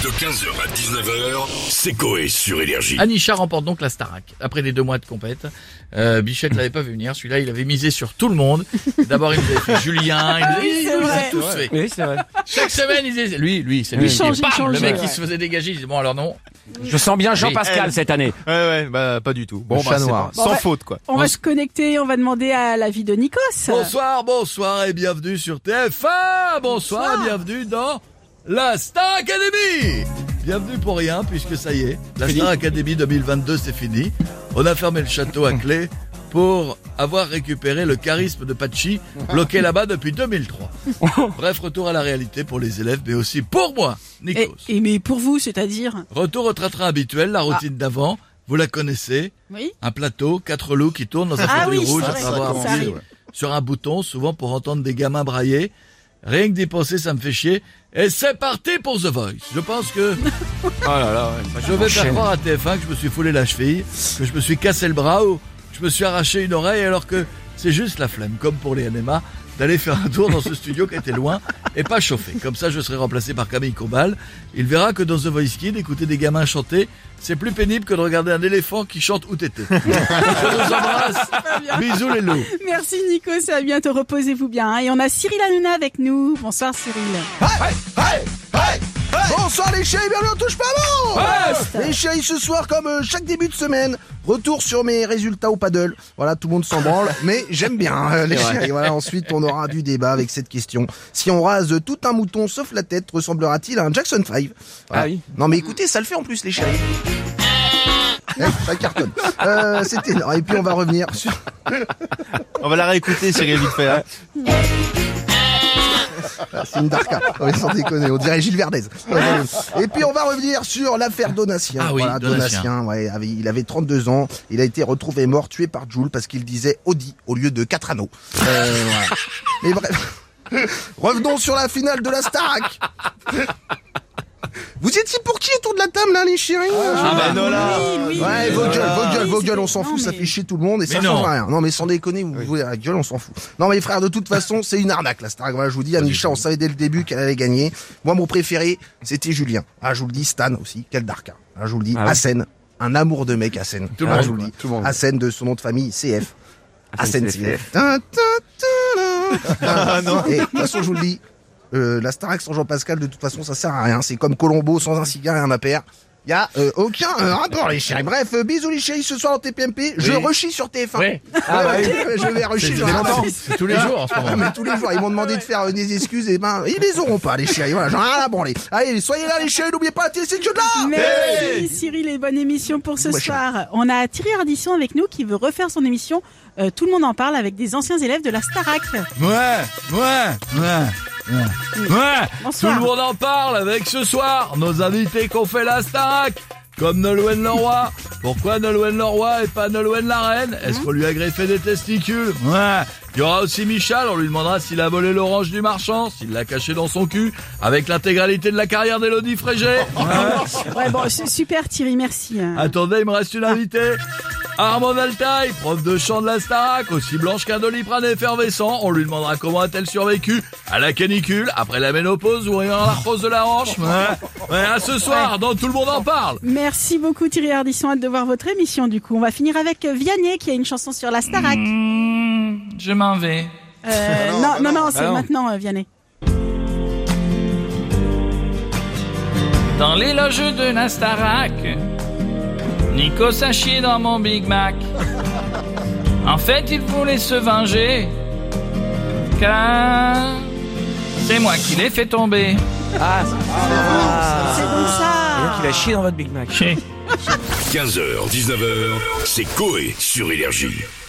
De 15h à 19h, c'est Coé sur Énergie. Anisha remporte donc la Starac. Après les 2 mois de compète, Bichette l'avait pas vu venir. Celui-là, il avait misé sur tout le monde. D'abord, il nous avait fait Julien. Il nous a tous fait. Oui, c'est vrai. Chaque semaine, il disait, lui, c'est lui. change, Bam, il change, le mec, ouais. il se faisait dégager. Il disait, bon, alors non. Je sens bien Jean-Pascal cette année. Ouais, bah pas du tout. Bon, Le chat c'est noir. pas- sans faute quoi. On va se connecter, on va demander à l'avis de Nikos. Bonsoir et bienvenue sur TF1. Bonsoir et bienvenue dans la Star Academy. Bienvenue pour rien, puisque ça y est, la Star Academy 2022, c'est fini. On a fermé le château à clé pour avoir récupéré le charisme de Pachi, bloqué là-bas depuis 2003. Bref, retour à la réalité pour les élèves, mais aussi pour moi, Nikos. Mais pour vous, c'est-à-dire? Retour au train-train habituel, la routine d'avant, vous la connaissez. Oui. Un plateau, 4 loups qui tournent dans un Ah fauteuil oui, rouge c'est après vrai, avoir ça appuyé arrive. sur un bouton, souvent pour entendre des gamins brailler. Rien que d'y penser, ça me fait chier. Et c'est parti pour The Voice. Je pense que Oh là là, ouais. je vais faire croire à TF1 que je me suis foulé la cheville, que je me suis cassé le bras ou que je me suis arraché une oreille alors que c'est juste la flemme, comme pour les NMA, d'aller faire un tour dans ce studio qui était loin et pas chauffé. Comme ça, je serai remplacé par Camille Combal. Il verra que dans The Voice Kids, écouter des gamins chanter, c'est plus pénible que de regarder un éléphant qui chante où t'étais. Je vous embrasse. Bisous les loups. Merci Nikos, à bientôt, reposez-vous bien. Et on a Cyril Hanouna avec nous. Bonsoir Cyril. Bonsoir les chéris, bienvenue, on touche pas bon. Les chéris, ce soir, comme chaque début de semaine, retour sur mes résultats au paddle. Voilà, tout le monde s'en branle, mais j'aime bien les chéris. Voilà, ensuite on aura du débat avec cette question. Si on rase tout un mouton sauf la tête, ressemblera-t-il à un Jackson 5? Voilà. Ah oui. Non mais écoutez, ça le fait en plus les chéris. Ça cartonne. C'était énorme. Et puis on va revenir sur... On va la réécouter, Cyril, vite fait. Hein. C'est une darka, sans déconner, on dirait Gilles Verdez. Et puis on va revenir sur l'affaire Donatien. Ah oui, voilà, Donatien. ouais, il avait 32 ans, il a été retrouvé mort, tué par Joule parce qu'il disait Audi au lieu de 4 anneaux. Voilà. Mais bref, revenons sur la finale de la Starac. Vous étiez pour qui autour de la table là les chéris? Ben non là. Oui, Ouais, vos gueules, on s'en fout, ça fait chier tout le monde et ça Mais non. change rien. Non, mais sans déconner, vous voulez la gueule, on s'en fout. Non, mais frère, de toute façon, c'est une arnaque, la Starac. Voilà, je vous dis, Anisha, on savait dès le début qu'elle allait gagner. Moi, mon préféré, c'était Julien. Ah, je vous le dis, Stan aussi, quel darka. Ah, je vous le dis, Ah ouais. Hassen, un amour de mec, Hassen. Tout le Ah, monde, je vous le dis. tout le monde. Hassen, de son nom de famille, CF. Hassen Hassen CF. CF. Ah, non. Et de toute façon, je vous le dis, la Starac sans Jean-Pascal, de toute façon, ça sert à rien. C'est comme Colombo sans un cigare et un appaire. Y a aucun rapport les chéris. Bref, bisous les chéris ce soir en TPMP. Je rechie sur TF1. Oui. Ah ouais, je vais rechier. j'en ai rien à foutre. C'est tous les jours en ce Ah, moment. mais tous les jours, ils m'ont demandé de faire des excuses et ben ils les auront pas les chéris. Voilà, j'en ai rien à branler. Allez, soyez là les chéris, n'oubliez pas la télé, c'est que de là. Merci Cyril et bonne émission pour ce Ouais, soir. On a Thierry Ardisson avec nous qui veut refaire son émission Tout le monde en parle avec des anciens élèves de la Starac. Ouais. Bonsoir. Tout le monde en parle avec ce soir nos invités qu'on fait la Starac. Comme Nolwenn Leroy. Pourquoi Nolwenn Leroy et pas Nolwenn la reine? Est-ce qu'on lui a greffé des testicules? Ouais. Il y aura aussi Michal, on lui demandera s'il a volé l'orange du marchand, s'il l'a caché dans son cul, avec l'intégralité de la carrière d'Élodie Frégé. Ouais. Ouais, bon, c'est super Thierry, merci. Attendez, il me reste une invitée. Armand Altaï, prof de chant de la Starac, aussi blanche qu'un Doliprane effervescent. On lui demandera comment a-t-elle survécu à la canicule, après la ménopause ou ayant l'arthrose de la hanche. Ouais, à ce soir, dans Tout le monde en parle. Merci beaucoup Thierry Ardisson, hâte de voir votre émission du coup. On va finir avec Vianney qui a une chanson sur la Starac. Je m'en vais. Non, c'est non. maintenant Vianney. Dans les loges de la Starac, Nikos a chié dans mon Big Mac. En fait, il voulait se venger, car c'est moi qui l'ai fait tomber. Ah, C'est donc ça. il a chié dans votre Big Mac. 15h, 19h, c'est Coé sur Énergie.